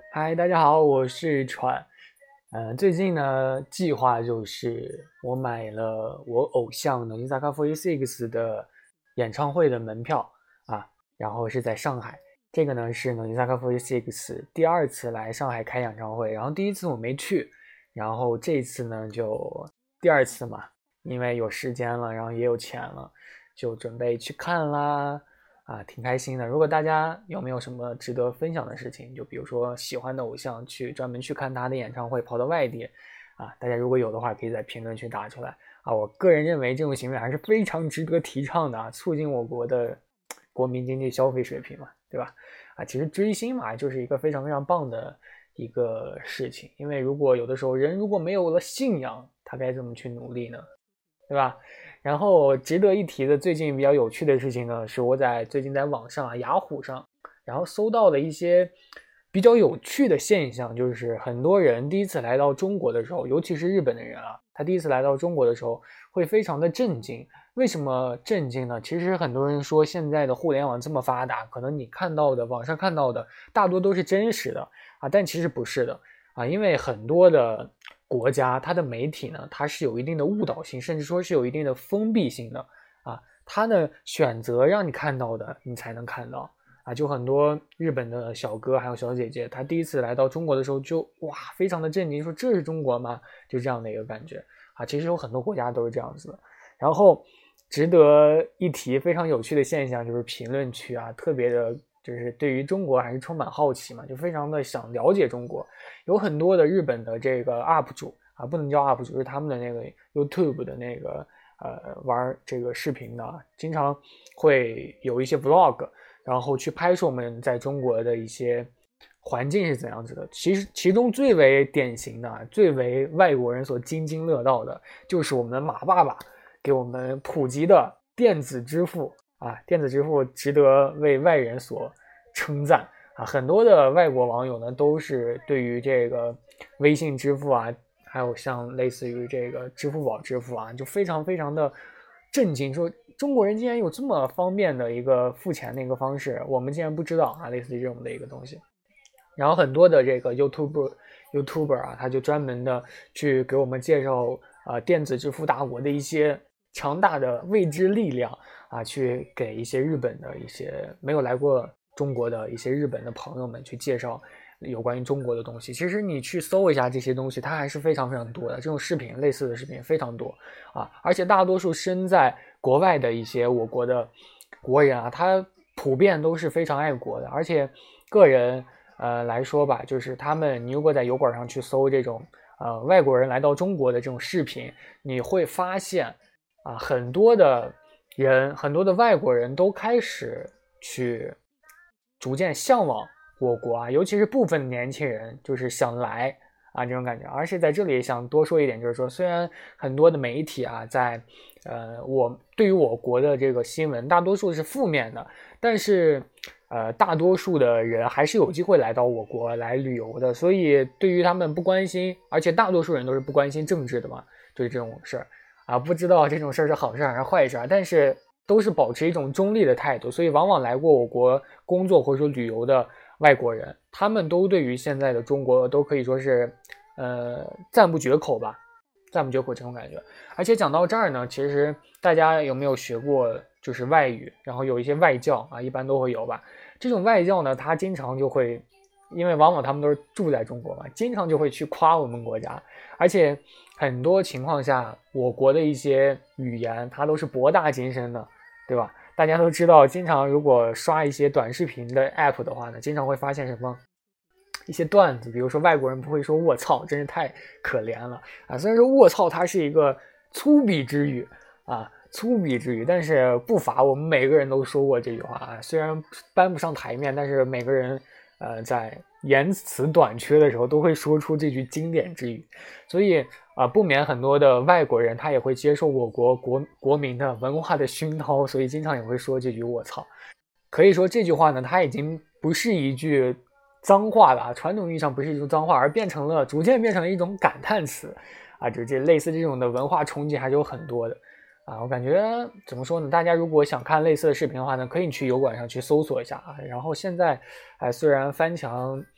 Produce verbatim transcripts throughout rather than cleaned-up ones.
嗨，大家好，我是川。嗯、最近呢，计划就是我买了我偶像 Nogizaka f o r t y six 的演唱会的门票啊，然后是在上海。这个呢是 Nogizaka f o r t y six 第二次来上海开演唱会，然后第一次我没去，然后这一次呢就第二次嘛，因为有时间了，然后也有钱了，就准备去看啦。啊，挺开心的。如果大家有没有什么值得分享的事情，就比如说喜欢的偶像，去专门去看他的演唱会，跑到外地，啊，大家如果有的话，可以在评论区打出来啊。我个人认为这种行为还是非常值得提倡的啊，促进我国的国民经济消费水平嘛，对吧？啊，其实追星嘛，就是一个非常非常棒的一个事情，因为如果有的时候人如果没有了信仰，他该怎么去努力呢？对吧？然后值得一提的最近比较有趣的事情呢，是我在最近在网上啊，雅虎上，然后搜到了一些比较有趣的现象，就是很多人第一次来到中国的时候，尤其是日本的人啊，他第一次来到中国的时候会非常的震惊。为什么震惊呢？其实很多人说现在的互联网这么发达，可能你看到的网上看到的大多都是真实的啊，但其实不是的啊，因为很多的国家它的媒体呢，它是有一定的误导性，甚至说是有一定的封闭性的啊。它呢选择让你看到的，你才能看到啊。就很多日本的小哥还有小姐姐，他第一次来到中国的时候就哇非常的震惊，说这是中国吗？就这样的一个感觉啊。其实有很多国家都是这样子的。然后值得一提非常有趣的现象就是评论区啊，特别的就是对于中国还是充满好奇嘛，就非常的想了解中国。有很多的日本的这个 U P 主啊，不能叫 U P 主，是他们的那个 YouTube 的那个呃玩这个视频的，经常会有一些 Vlog， 然后去拍摄我们在中国的一些环境是怎样子的。其实其中最为典型的、最为外国人所津津乐道的，就是我们的马爸爸给我们普及的电子支付啊，电子支付值得为外人所称赞。啊，很多的外国网友呢，都是对于这个微信支付啊，还有像类似于这个支付宝支付啊，就非常非常的震惊，说中国人竟然有这么方便的一个付钱的一个方式，我们竟然不知道啊，类似于这种的一个东西。然后很多的这个 YouTube YouTuber 啊，他就专门的去给我们介绍啊、呃、电子支付大国的一些强大的未知力量啊，去给一些日本的一些没有来过中国的一些日本的朋友们去介绍有关于中国的东西。其实你去搜一下这些东西，它还是非常非常多的，这种视频类似的视频非常多啊，而且大多数身在国外的一些我国的国人啊，他普遍都是非常爱国的，而且个人呃来说吧，就是他们你如果在油管上去搜这种呃外国人来到中国的这种视频，你会发现啊，很多的人很多的外国人都开始去逐渐向往我国啊，尤其是部分年轻人就是想来啊这种感觉。而且在这里想多说一点，就是说虽然很多的媒体啊在呃我对于我国的这个新闻大多数是负面的，但是呃大多数的人还是有机会来到我国来旅游的，所以对于他们不关心，而且大多数人都是不关心政治的嘛，就是这种事儿啊，不知道这种事儿是好事还是坏事啊，但是都是保持一种中立的态度，所以往往来过我国工作或者说旅游的外国人，他们都对于现在的中国都可以说是呃赞不绝口吧，赞不绝口这种感觉。而且讲到这儿呢，其实大家有没有学过就是外语，然后有一些外教啊，一般都会有吧。这种外教呢，他经常就会，因为往往他们都是住在中国嘛，经常就会去夸我们国家，而且很多情况下，我国的一些语言它都是博大精深的，对吧？大家都知道，经常如果刷一些短视频的 app 的话呢，经常会发现什么一些段子，比如说外国人不会说卧槽，真是太可怜了啊！虽然说卧槽它是一个粗鄙之语啊，粗鄙之语，但是不乏我们每个人都说过这句话啊。虽然搬不上台面，但是每个人呃在言辞短缺的时候都会说出这句经典之语，所以啊、呃，不免很多的外国人他也会接受我国国国民的文化的熏陶，所以经常也会说这句卧槽。可以说这句话呢，它已经不是一句脏话了，传统意义上不是一种脏话，而变成了逐渐变成了一种感叹词啊，就这类似这种的文化冲击还是有很多的啊。我感觉怎么说呢？大家如果想看类似的视频的话呢，可以去油管上去搜索一下啊。然后现在，哎，虽然翻墙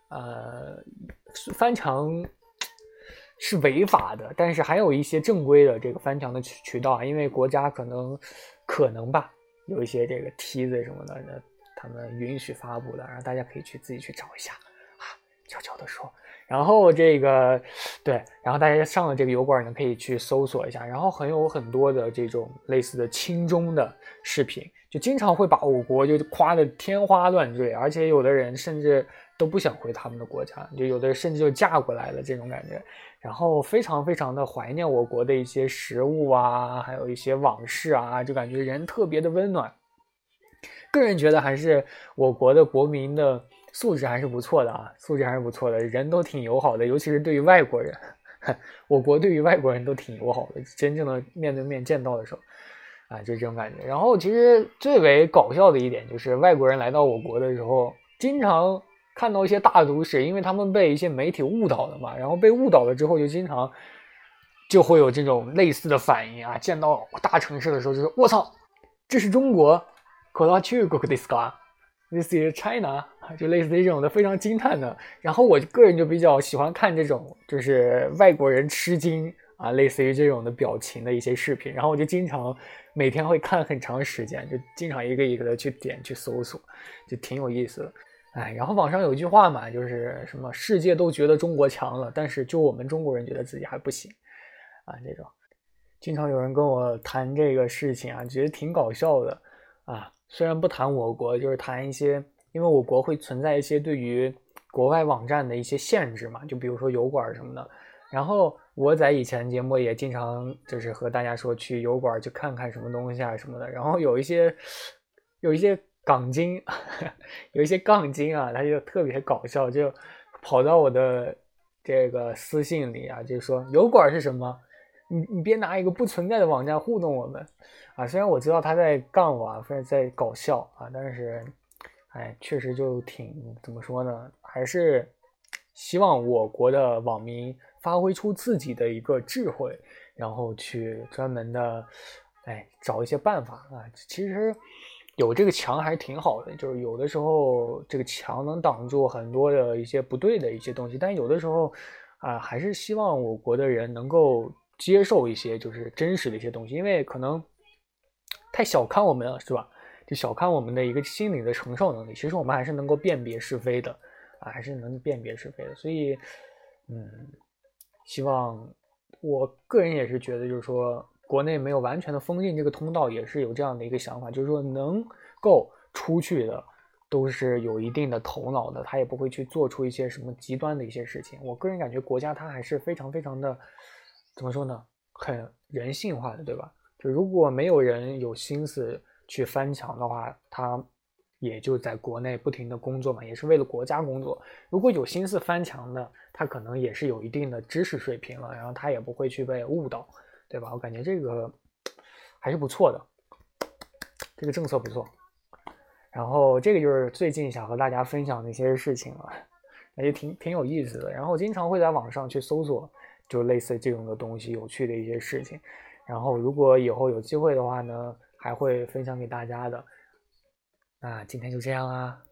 呃翻墙是违法的，但是还有一些正规的这个翻墙的渠渠道啊，因为国家可能可能吧，有一些这个梯子什么的，那他们允许发布的，然后大家可以去自己去找一下啊，悄悄的说。然后这个对，然后大家上了这个油管呢，可以去搜索一下，然后很有很多的这种类似的亲中的视频，就经常会把我国就夸得天花乱坠，而且有的人甚至都不想回他们的国家，就有的人甚至就嫁过来了这种感觉，然后非常非常的怀念我国的一些食物啊，还有一些往事啊，就感觉人特别的温暖。个人觉得还是我国的国民的素质还是不错的啊，素质还是不错的，人都挺友好的，尤其是对于外国人，我国对于外国人都挺友好的，真正的面对面见到的时候啊，就这种感觉。然后其实最为搞笑的一点就是外国人来到我国的时候，经常看到一些大都市，因为他们被一些媒体误导了嘛，然后被误导了之后就经常就会有这种类似的反应啊，见到大城市的时候就是我操，这是中国，これは中国ですか？ This is China， 就类似这种的非常惊叹的。然后我个人就比较喜欢看这种就是外国人吃惊啊，类似于这种的表情的一些视频，然后我就经常每天会看很长时间，就经常一个一个的去点去搜索，就挺有意思的。哎，然后网上有一句话嘛，就是什么世界都觉得中国强了，但是就我们中国人觉得自己还不行啊，这种经常有人跟我谈这个事情啊，觉得挺搞笑的啊。虽然不谈我国，就是谈一些，因为我国会存在一些对于国外网站的一些限制嘛，就比如说油管什么的。然后我在以前节目也经常就是和大家说去油管去看看什么东西啊什么的。然后有一些有一些杠精，有一些杠精啊，他就特别搞笑，就跑到我的这个私信里啊，就说油管是什么？你你别拿一个不存在的网站糊弄我们啊！虽然我知道他在杠我啊，或在搞笑啊，但是，哎，确实就挺怎么说呢？还是希望我国的网民发挥出自己的一个智慧，然后去专门的，哎，找一些办法啊。其实有这个墙还是挺好的，就是有的时候这个墙能挡住很多的一些不对的一些东西，但有的时候啊，还是希望我国的人能够接受一些就是真实的一些东西，因为可能太小看我们了，是吧？就小看我们的一个心理的承受能力。其实我们还是能够辨别是非的啊，还是能辨别是非的。所以，嗯，希望我个人也是觉得，就是说国内没有完全的封禁这个通道，也是有这样的一个想法，就是说能够出去的都是有一定的头脑的，他也不会去做出一些什么极端的一些事情。我个人感觉国家它还是非常非常的。怎么说呢？很人性化的，对吧？就如果没有人有心思去翻墙的话，他也就在国内不停的工作嘛，也是为了国家工作。如果有心思翻墙的，他可能也是有一定的知识水平了，然后他也不会去被误导，对吧？我感觉这个还是不错的，这个政策不错。然后这个就是最近想和大家分享的一些事情了，也挺挺有意思的。然后经常会在网上去搜索。就类似这种的东西，有趣的一些事情，然后如果以后有机会的话呢，还会分享给大家的。那今天就这样啦。